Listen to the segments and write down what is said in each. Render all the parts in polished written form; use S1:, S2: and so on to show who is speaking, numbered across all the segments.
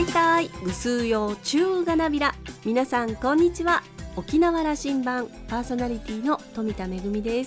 S1: たいぐすうようちゅうがなびら。皆さんこんにちは。沖縄羅針盤パーソナリティの富田恵です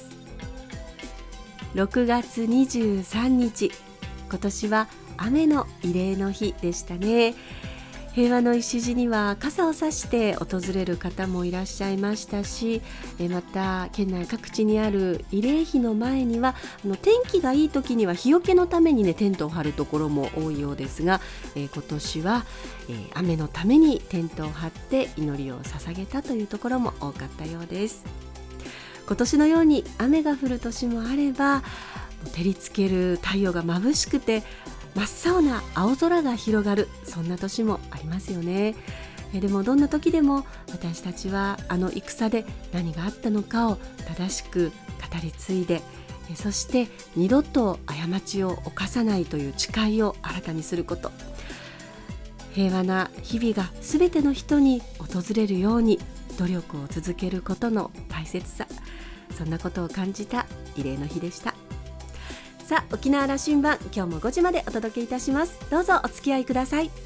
S1: 。6月23日、今年は雨の慰霊の日でしたね。平和の礎には傘を差して訪れる方もいらっしゃいましたし、また県内各地にある慰霊碑の前には天気がいい時には日よけのためにテントを張るところも多いようですが、今年は、雨のためにテントを張って祈りを捧げたというところも多かったようです。今年のように雨が降る年もあれば、照りつける太陽が眩しくて真っ青な青空が広がる、そんな年もありますよね。でもどんな時でも私たちは戦で何があったのかを正しく語り継いで、そして二度と過ちを犯さないという誓いを新たにすること、平和な日々が全ての人に訪れるように努力を続けることの大切さ、そんなことを感じた慰霊の日でした。さあ、沖縄羅針盤、今日も5時までお届けいたします。どうぞお付き合いください。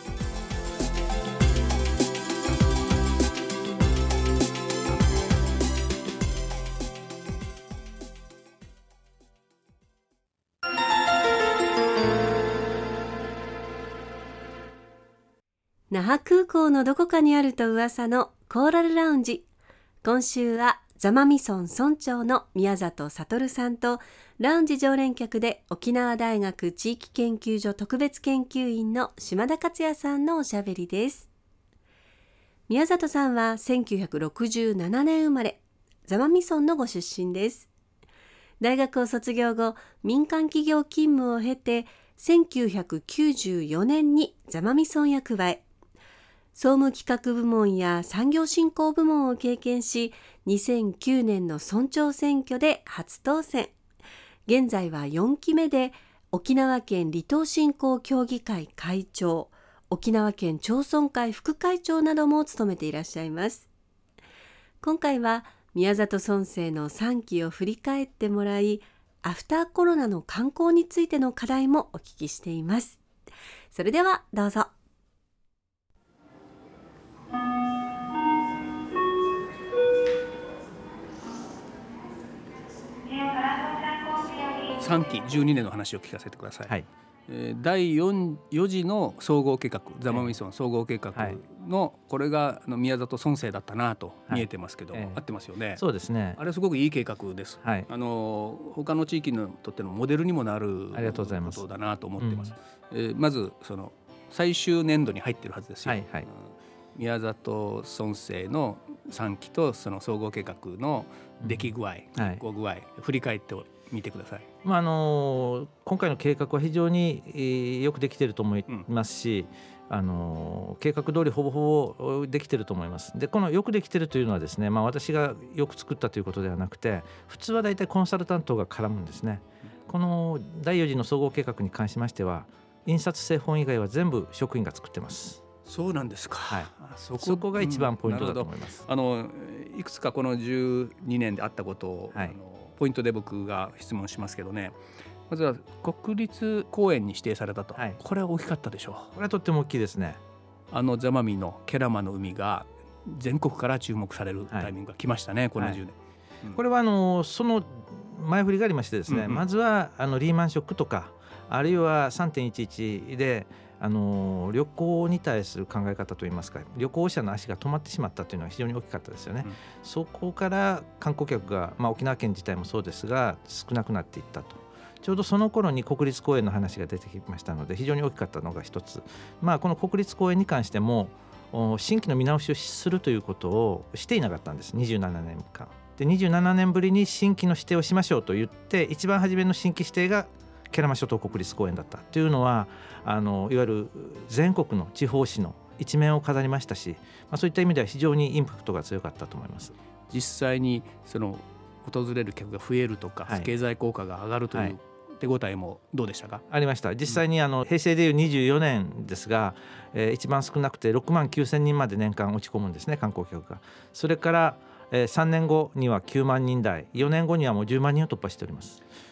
S1: 那覇空港のどこかにあると噂のコーラルラウンジ。今週は座間味村村長の宮里悟さんと、ラウンジ常連客で沖縄大学地域研究所特別研究員の島田克也さんのおしゃべりです。宮里さんは1967年生まれ、座間味村のご出身です。大学を卒業後、民間企業勤務を経て、1994年に座間味村役場へ。総務企画部門や産業振興部門を経験し、2009年の村長選挙で初当選。現在は4期目で沖縄県離島振興協議会会長、沖縄県町村会副会長なども務めていらっしゃいます。今回は宮里村政の3期を振り返ってもらい、アフターコロナの観光についての課題もお聞きしています。それではどうぞ。
S2: 3期12年の話を聞かせてください。
S3: はい。
S2: 第4次の総合計画、座間味村総合計画の、これが宮里村政だったなと見えてますけど、合ってますよね。
S3: そうですね。
S2: あれすごくいい計画です。
S3: はい。
S2: 他の地域にとってのモデルにもなることだなと思っています。まずその最終年度に入ってるはずですよ。
S3: はいはい。
S2: 宮里村政の3期とその総合計画の出来具合、実行具合、振り返って見てください。
S3: 今回の計画は非常に、よくできていると思いますし、計画通りほぼほぼできていると思います。で、このよくできているというのはですね、私がよく作ったということではなくて、普通はだいたいコンサルタントが絡むんですね。この第4次の総合計画に関しましては、印刷製本以外は全部職員が作ってます。
S2: そうなんですか。
S3: はい、そこが一番ポイントだと思います。
S2: いくつかこの12年であったことを、ポイントで僕が質問しますけどね。まずは国立公園に指定されたと、これは大きかったでしょう。
S3: これはとっても大きいですね。
S2: 座間味のケラマの海が全国から注目されるタイミングが来ましたね、この10年。
S3: これはその前振りがありましてですね、まずはリーマンショックとか、あるいは 3.11 で旅行に対する考え方といいますか、旅行者の足が止まってしまったというのは非常に大きかったですよね。そこから観光客が、沖縄県自体もそうですが少なくなっていったと。ちょうどその頃に国立公園の話が出てきましたので、非常に大きかったのが一つ。この国立公園に関しても新規の見直しをするということをしていなかったんです、27年間で。27年ぶりに新規の指定をしましょうと言って、一番初めの新規指定が慶良間諸島国立公園だったというのは、いわゆる全国の地方紙の一面を飾りましたし、そういった意味では非常にインパクトが強かったと思います。
S2: 実際にその訪れる客が増えるとか、経済効果が上がるという手応えもどうでしたか？
S3: ありました。実際に平成でいう24年ですが、一番少なくて6万9,000人まで年間落ち込むんですね、観光客が。それから、3年後には9万人台、4年後にはもう10万人を突破しております。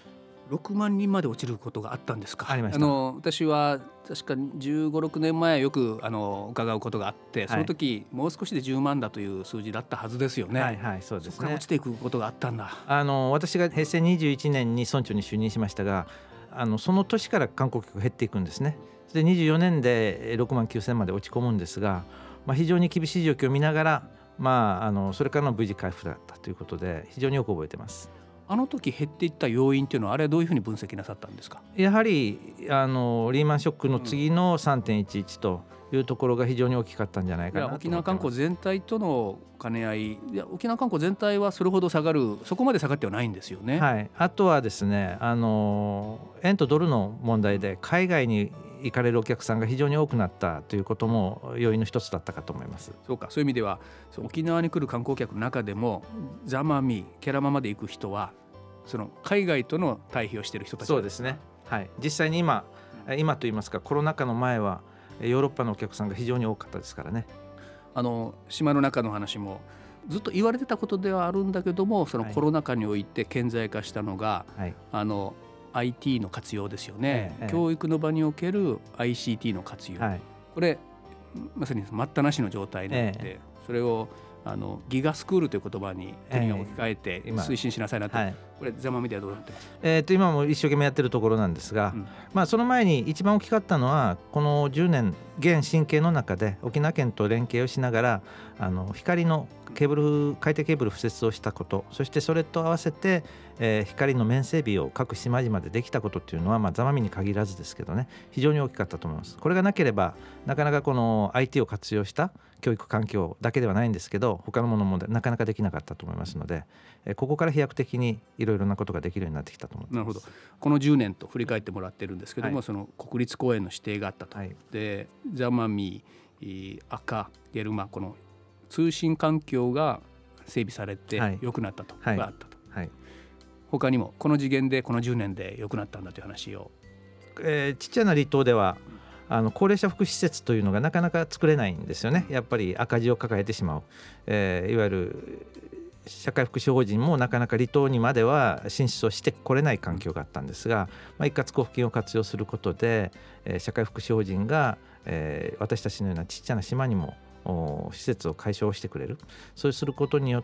S2: 6万人まで落ちることがあったんですか。
S3: ありました。
S2: 私は確か15、6年前よく伺うことがあって、その時もう少しで10万だという数字だったはずですよね。
S3: はいはい、そうですね。
S2: そこから落ちていくことがあったんだ。
S3: 私が平成21年に村長に就任しましたが、その年から観光客減っていくんですね。で24年で6万9千まで落ち込むんですが、非常に厳しい状況を見ながら、それからの無事回復だったということで非常によく覚えてます。
S2: あの時減っていった要因というのはあれはどういうふうに分析なさったんですか。
S3: やはりリーマンショックの次の 3.11 というところが非常に大きかったんじゃないかなと思ってます。
S2: 沖縄観光全体との兼ね合い、沖縄観光全体はそれほど下がる、そこまで下がってはないんですよね。
S3: はい、あとはですね、円とドルの問題で海外に行かれるお客さんが非常に多くなったということも要因の一つだったかと思います。
S2: そうか、そういう意味では沖縄に来る観光客の中でも座間味ケラマまで行く人はその海外との対比をしている人たち。
S3: そうですね、はい、実際に今といいますかコロナ禍の前はヨーロッパのお客さんが非常に多かったですからね。
S2: 島の中の話もずっと言われてたことではあるんだけども、そのコロナ禍において顕在化したのが、はい、IT の活用ですよね、教育の場における ICT の活用、これまさに待ったなしの状態になって、それをギガスクールという言葉に国が置き換えて推進しなさいなと、これ座間味ではどうなってます？
S3: 今も一生懸命やってるところなんですが、その前に一番大きかったのはこの10年現新経の中で沖縄県と連携をしながら光の海底ケーブル敷設をしたこと、そしてそれと合わせて、光の面整備を各島々でできたことっていうのは、座間味に限らずですけどね、非常に大きかったと思います。これがなければなかなかこの IT を活用した教育環境だけではないんですけど、他のものもなかなかできなかったと思いますので、ここから飛躍的にいろいろなことができるようになってきたと思います。
S2: なるほど。この10年と振り返ってもらってるんですけども、その国立公園の指定があったと、で座間味、赤、ゲルマ、この通信環境が整備されて良くなったと、があったと、他にもこの次元でこの10年で良くなったんだという話を、
S3: ちっちゃな離島では高齢者福祉施設というのがなかなか作れないんですよね。やっぱり赤字を抱えてしまう、いわゆる社会福祉法人もなかなか離島にまでは進出をしてこれない環境があったんですが、一括交付金を活用することで、社会福祉法人が、私たちのようなちっちゃな島にも施設を解消してくれる、そうすることによって、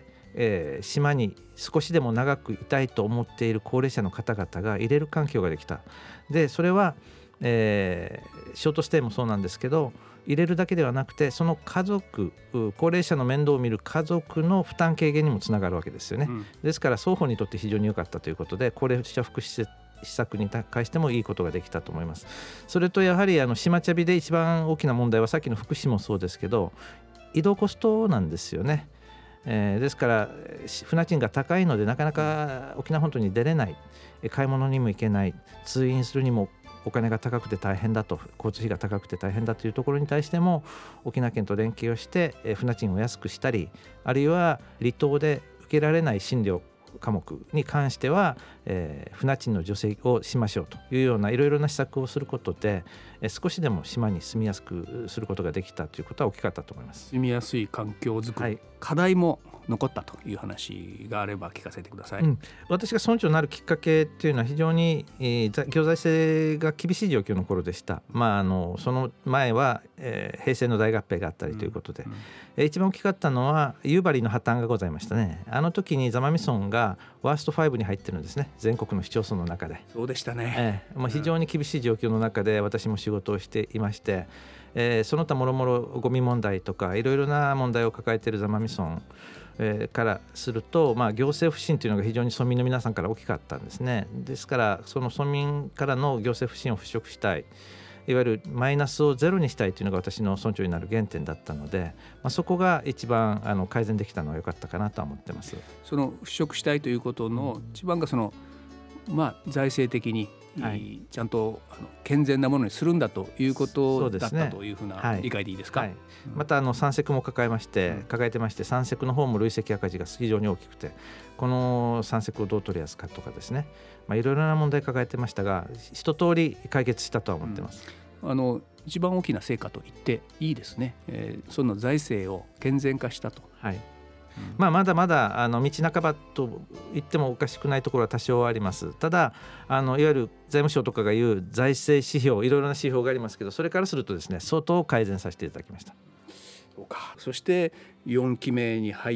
S3: 島に少しでも長くいたいと思っている高齢者の方々が入れる環境ができた。でそれは、ショートステイもそうなんですけど、入れるだけではなくてその家族、高齢者の面倒を見る家族の負担軽減にもつながるわけですよね、ですから双方にとって非常に良かったということで、高齢者福祉施策に関してもいいことができたと思います。それとやはり島チャビで一番大きな問題はさっきの福祉もそうですけど、移動コストなんですよね。ですから船賃が高いのでなかなか沖縄本島に出れない、買い物にも行けない、通院するにもお金が高くて大変だと、交通費が高くて大変だというところに対しても沖縄県と連携をして船賃を安くしたり、あるいは離島で受けられない診療科目に関しては、船賃の助成をしましょうというようないろいろな施策をすることで、少しでも島に住みやすくすることができたということは大きかったと思います。
S2: 住みやすい環境づくり、課題も残ったという話があれば聞かせてください。
S3: 私が村長になるきっかけというのは非常に、行財政が厳しい状況の頃でした。その前は、平成の大合併があったりということで、一番大きかったのは夕張の破綻がございましたね。あの時に座間味村がワースト5に入ってるんですね、全国の市町村の中で。
S2: そうでしたね、
S3: 非常に厳しい状況の中で私も仕事をしていまして、その他もろもろゴミ問題とかいろいろな問題を抱えている座間味村からすると、行政不信というのが非常に村民の皆さんから大きかったんですね。ですからその村民からの行政不信を払拭したい、いわゆるマイナスをゼロにしたいというのが私の村長になる原点だったので、そこが一番改善できたのは良かったかなとは思ってます。
S2: その払拭したいということの一番が財政的にちゃんと健全なものにするんだということだったというふうな理解でいいですか？
S3: また山積も抱えてまして、山積の方も累積赤字が非常に大きくて、この山積をどう取り扱うかとかですね、いろいろな問題抱えてましたが一通り解決したとは思ってます。
S2: 一番大きな成果と言っていいですね。その財政を健全化したと、
S3: まだまだ道半ばと言ってもおかしくないところは多少あります。ただいわゆる財務省とかが言う財政指標、いろいろな指標がありますけど、それからするとですね、相当改善させていただきました。
S2: そうか。そして4期目に入って、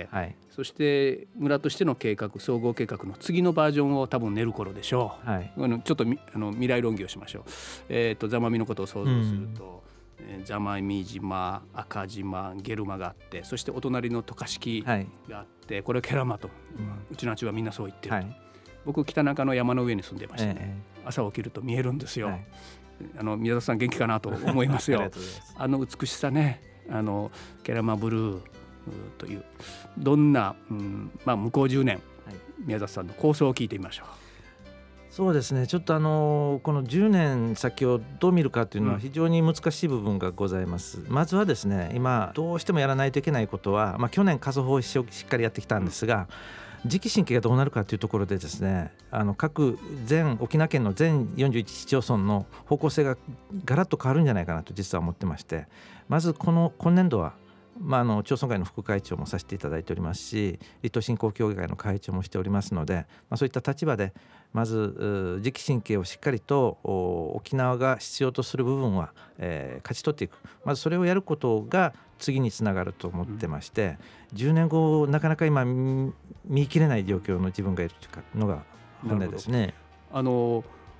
S2: そして村としての計画、総合計画の次のバージョンを多分練る頃でしょう。ちょっと未来論議をしましょう。座間味のことを想像すると、座間味島、赤島、ゲルマがあって、そしてお隣の渡嘉敷があって、これはケラマと、うちの町はみんなそう言ってると。僕北中の山の上に住んでましてね、朝起きると見えるんですよ。宮田さん元気かなと思いますよ。美しさね、ケラマブルーというどんな、向こう10年、宮里さんの構想を聞いてみましょう。
S3: そうですね、ちょっとこの10年先をどう見るかというのは非常に難しい部分がございます。まずはですね、今どうしてもやらないといけないことは、去年過疎法をしっかりやってきたんですが、次期神経がどうなるかというところでですね、各沖縄県の全41市町村の方向性がガラッと変わるんじゃないかなと実は思ってまして、まず今年度は町村会の副会長もさせていただいておりますし、離島振興協議会の会長もしておりますので、そういった立場でまず次期神経をしっかりと沖縄が必要とする部分は、勝ち取っていく、まずそれをやることが次につながると思ってまして、10年後なかなか今見切れない状況の自分がいるというのが本音ですね。
S2: この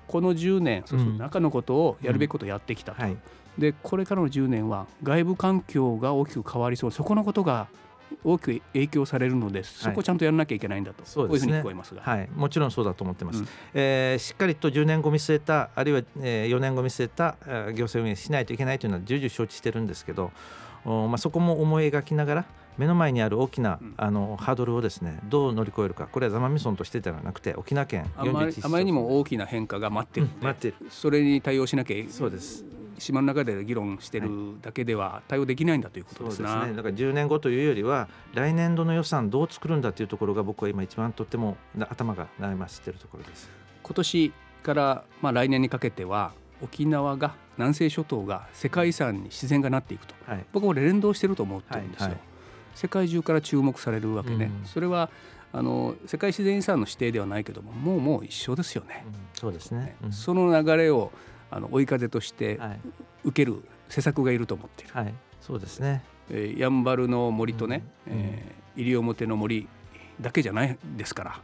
S2: 10年、中のことをやるべきことをやってきたと、でこれからの10年は外部環境が大きく変わりそう、そこのことが大きく影響されるので、そこをちゃんとやらなきゃいけないんだと、こういうふうに聞こえますが、
S3: もちろんそうだと思ってます。しっかりと10年後見据えた、あるいは4年後見据えた行政運営しないといけないというのは重々承知してるんですけど、そこも思い描きながら目の前にある大きなハードルをですね、どう乗り越えるか。これは座間味村としてではなくて沖縄県41市
S2: あまりにも大きな変化が待ってるので、それに対応しなきゃいけない。そうです。島の中で議論してるだけでは対応できないんだということですね。
S3: そうですね。だから10年後というよりは来年度の予算どう作るんだというところが僕は今一番とっても頭が悩ませているところです。
S2: 今年から来年にかけては沖縄が、南西諸島が世界遺産に自然がなっていくと、僕は連動してると思ってるんですよ。世界中から注目されるわけね。それは世界自然遺産の指定ではないけども、もう一緒ですよね。
S3: そうですね。
S2: その流れを追い風として受ける施策がいると思っている。
S3: そうですね。
S2: やんばるの森とね、西表の森だけじゃないですから、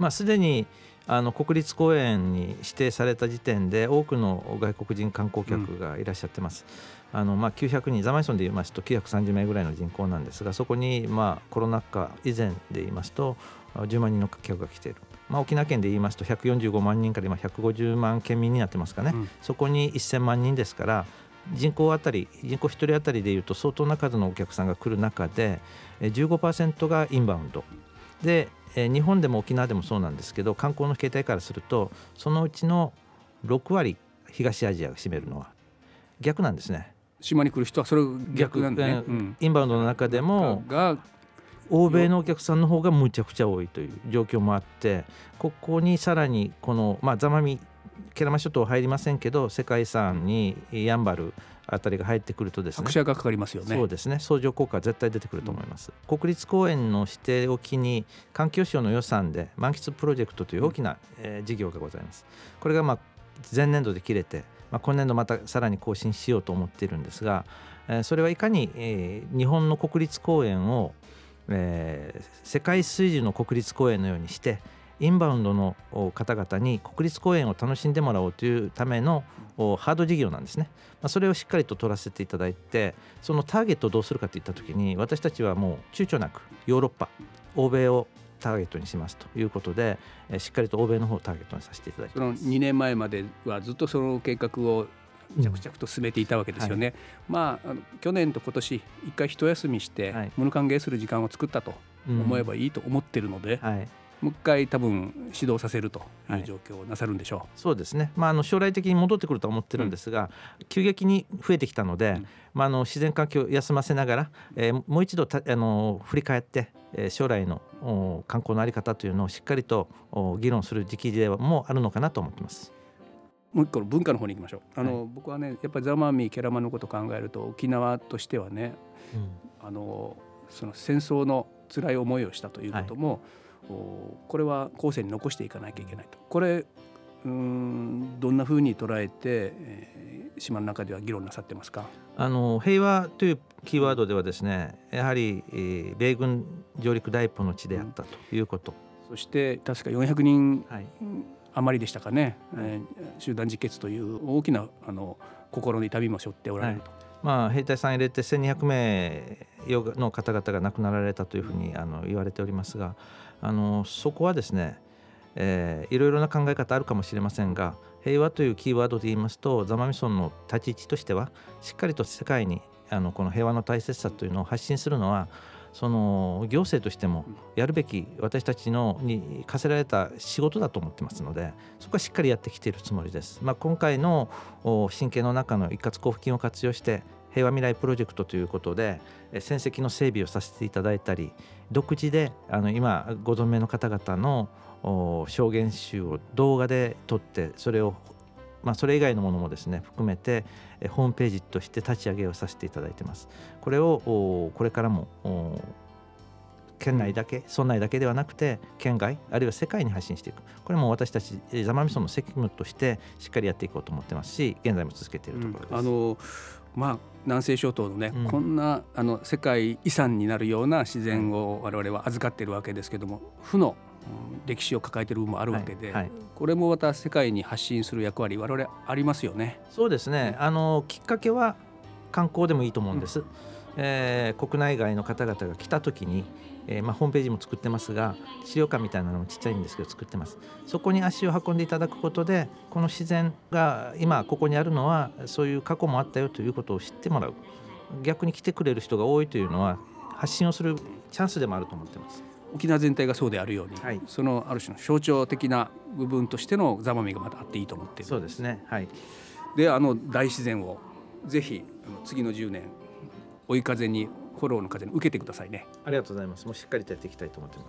S3: すでに国立公園に指定された時点で多くの外国人観光客がいらっしゃってます。900人、座間味村で言いますと930名ぐらいの人口なんですが、そこにコロナ禍以前で言いますと10万人の客が来ている。沖縄県で言いますと145万人から今150万県民になってますかね。そこに1000万人ですから、人口1人当たりでいうと相当な数のお客さんが来る中で 15% がインバウンドで、日本でも沖縄でもそうなんですけど、観光の形態からするとそのうちの6割東アジアが占めるのは逆なんですね。
S2: 島に来る人はそれ逆なんだね。
S3: インバウンドの中でも欧米のお客さんの方がむちゃくちゃ多いという状況もあって、ここにさらにこの座間味慶良間諸島入りませんけど、世界遺産にやんばるあたりが入ってくるとですね、
S2: 拍車がかかりますよね。
S3: そうですね、相乗効果は絶対出てくると思います。国立公園の指定を機に環境省の予算で満喫プロジェクトという大きな、事業がございます。これが前年度で切れて、今年度またさらに更新しようと思っているんですが、それはいかに、日本の国立公園を世界水準の国立公園のようにしてインバウンドの方々に国立公園を楽しんでもらおうというためのハード事業なんですね。それをしっかりと取らせていただいて、そのターゲットをどうするかといったときに、私たちはもう躊躇なくヨーロッパ、欧米をターゲットにしますということで、しっかりと欧米の方をターゲットにさせていただいてます。
S2: その2年前まではずっとその計画を着々と進めていたわけですよね。去年と今年一回一休みして無歓迎する時間を作ったと思えばいいと思ってるので、もう一回多分指導させるという状況をなさるんでしょう。
S3: そうですね、将来的に戻ってくるとは思ってるんですが、急激に増えてきたので、自然環境を休ませながら、もう一度振り返って、将来の観光の在り方というのをしっかりと議論する時期でもあるのかなと思ってます。
S2: もう一個の文化の方に行きましょう。僕はね、やっぱり座間味慶良間のことを考えると、沖縄としてはね、 その戦争の辛い思いをしたということも、これは後世に残していかなきゃいけないと。これどんなふうに捉えて、島の中では議論なさってますか？
S3: 平和というキーワードではですね、やはり、米軍上陸第一歩の地であったということ、
S2: そして確か400人余りでしたかね、集団自決という大きな心の痛みも背負っておられると、
S3: 兵隊さん入れて1200名の方々が亡くなられたというふうに言われておりますが、そこはですね、いろいろな考え方あるかもしれませんが、平和というキーワードで言いますと、座間味村の立ち位置としてはしっかりと世界にこの平和の大切さというのを発信するのは、その行政としてもやるべき私たちに課せられた仕事だと思ってますので、そこはしっかりやってきているつもりです。今回の神経の中の一括交付金を活用して平和未来プロジェクトということで戦跡の整備をさせていただいたり、独自で今ご存命の方々の証言集を動画で撮って、それ以外のものもですね含めてホームページとして立ち上げをさせていただいています。これをこれからも県内だけ村内だけではなくて県外あるいは世界に発信していく、これも私たち座間味村の責務としてしっかりやっていこうと思ってますし、現在も続けているところです。
S2: 南西諸島のね、こんな世界遺産になるような自然を我々は預かっているわけですけども、負の歴史を抱えている部分もあるわけで、これもまた世界に発信する役割我々ありますよね。
S3: そうですね、きっかけは観光でもいいと思うんです、国内外の方々が来た時に、ホームページも作ってますが、資料館みたいなのもちっちゃいんですけど作ってます。そこに足を運んでいただくことで、この自然が今ここにあるのはそういう過去もあったよということを知ってもらう、逆に来てくれる人が多いというのは発信をするチャンスでもあると思ってます。
S2: 沖縄全体がそうであるように、そのある種の象徴的な部分としての座間味がまたあっていいと思っている。
S3: そうですね、
S2: で大自然をぜひ次の10年追い風にフォローの風に受けてくださいね。
S3: ありがとうございます。もうしっかりとやっていきたいと思っています。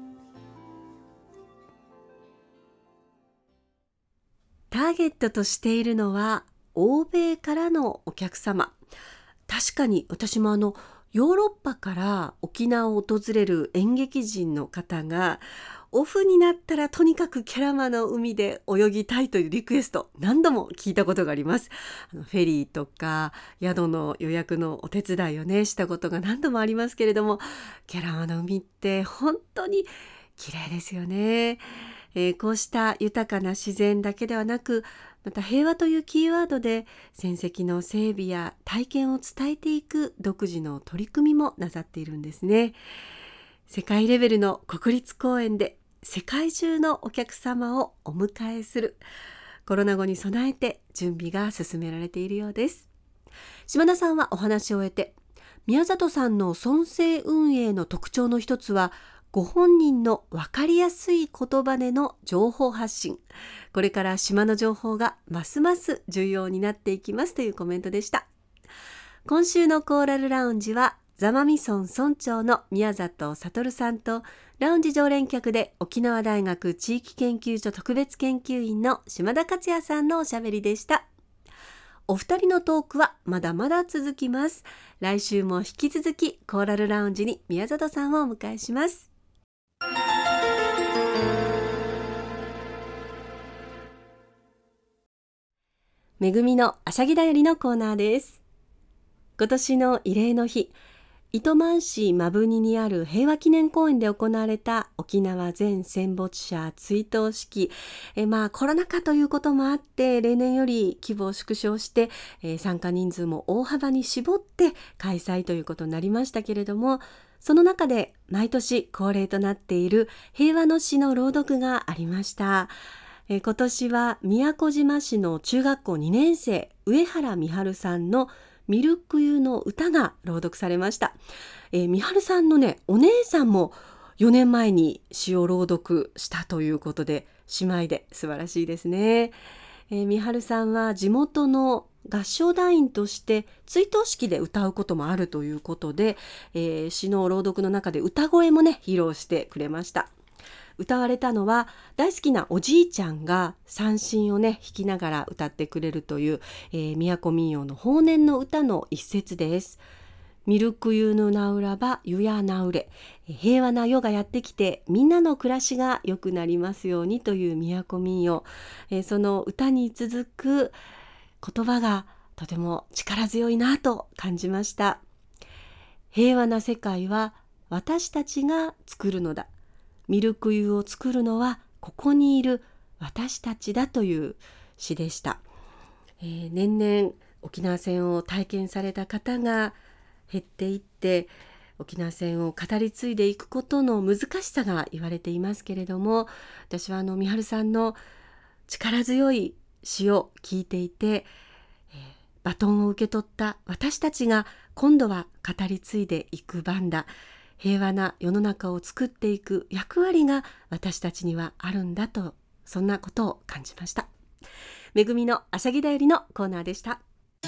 S1: ターゲットとしているのは欧米からのお客様。確かに私もヨーロッパから沖縄を訪れる演劇人の方がオフになったらとにかくケラマの海で泳ぎたいというリクエスト何度も聞いたことがあります。フェリーとか宿の予約のお手伝いをねしたことが何度もありますけれども、ケラマの海って本当に綺麗ですよね。こうした豊かな自然だけではなく、また平和というキーワードで戦跡の整備や体験を伝えていく独自の取り組みもなさっているんですね。世界レベルの国立公園で世界中のお客様をお迎えする、コロナ後に備えて準備が進められているようです。島田さんはお話を終えて、宮里さんの村政運営の特徴の一つはご本人の分かりやすい言葉での情報発信、これから島の情報がますます重要になっていきますというコメントでした。今週のコーラルラウンジは座間味村村長の宮里悟さんと、ラウンジ常連客で沖縄大学地域研究所特別研究員の島田克也さんのおしゃべりでした。お二人のトークはまだまだ続きます。来週も引き続きコーラルラウンジに宮里さんをお迎えします。めぐみのあしゃぎだよりのコーナーです。今年の慰霊の日、糸満市摩文仁にある平和記念公園で行われた沖縄全戦没者追悼式、コロナ禍ということもあって例年より規模を縮小して、参加人数も大幅に絞って開催ということになりましたけれども、その中で毎年恒例となっている平和の詩の朗読がありました。今年は宮古島市の中学校2年生上原美春さんのミルク湯の歌が朗読されました。美春さんのねお姉さんも4年前に詩を朗読したということで、姉妹で素晴らしいですね。美春さんは地元の合唱団員として追悼式で歌うこともあるということで、詩の朗読の中で歌声もね披露してくれました。歌われたのは大好きなおじいちゃんが三線をね弾きながら歌ってくれるという、宮古民謡の法然の歌の一節です。 ミルクユヌナウラバユヤナウレ、平和な世がやってきてみんなの暮らしが良くなりますようにという都民謡、その歌に続く言葉がとても力強いなと感じました。平和な世界は私たちが作るのだ。ミルクユを作るのはここにいる私たちだという詩でした。年々沖縄戦を体験された方が減っていって、沖縄戦を語り継いでいくことの難しさが言われていますけれども、私は美春さんの力強い詩を聞いていて、バトンを受け取った私たちが今度は語り継いでいく番だ。平和な世の中を作っていく役割が私たちにはあるんだと、そんなことを感じました。めぐみのあしゃぎだよりのコーナーでした。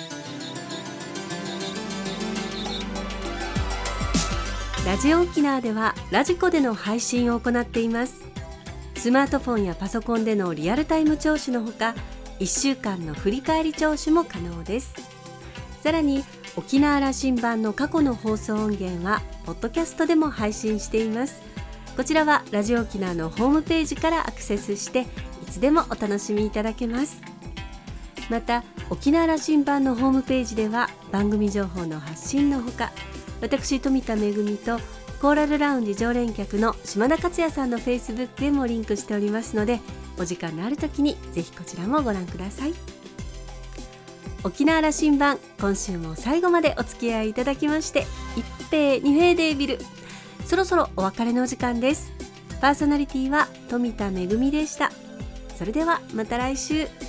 S1: ラジオ沖縄ではラジコでの配信を行っています。スマートフォンやパソコンでのリアルタイム聴取のほか、1週間の振り返り聴取も可能です。さらに沖縄羅針盤の過去の放送音源はポッドキャストでも配信しています。こちらはラジオ沖縄のホームページからアクセスしていつでもお楽しみいただけます。また沖縄羅針盤のホームページでは番組情報の発信のほか、私富田恵とコーラルラウンジ常連客の島田克也さんのフェイスブックへもリンクしておりますので、お時間のある時にぜひこちらもご覧ください。沖縄羅針盤、今週も最後までお付き合いいただきまして一平二平デービル、そろそろお別れの時間です。パーソナリティは富田恵でした。それではまた来週。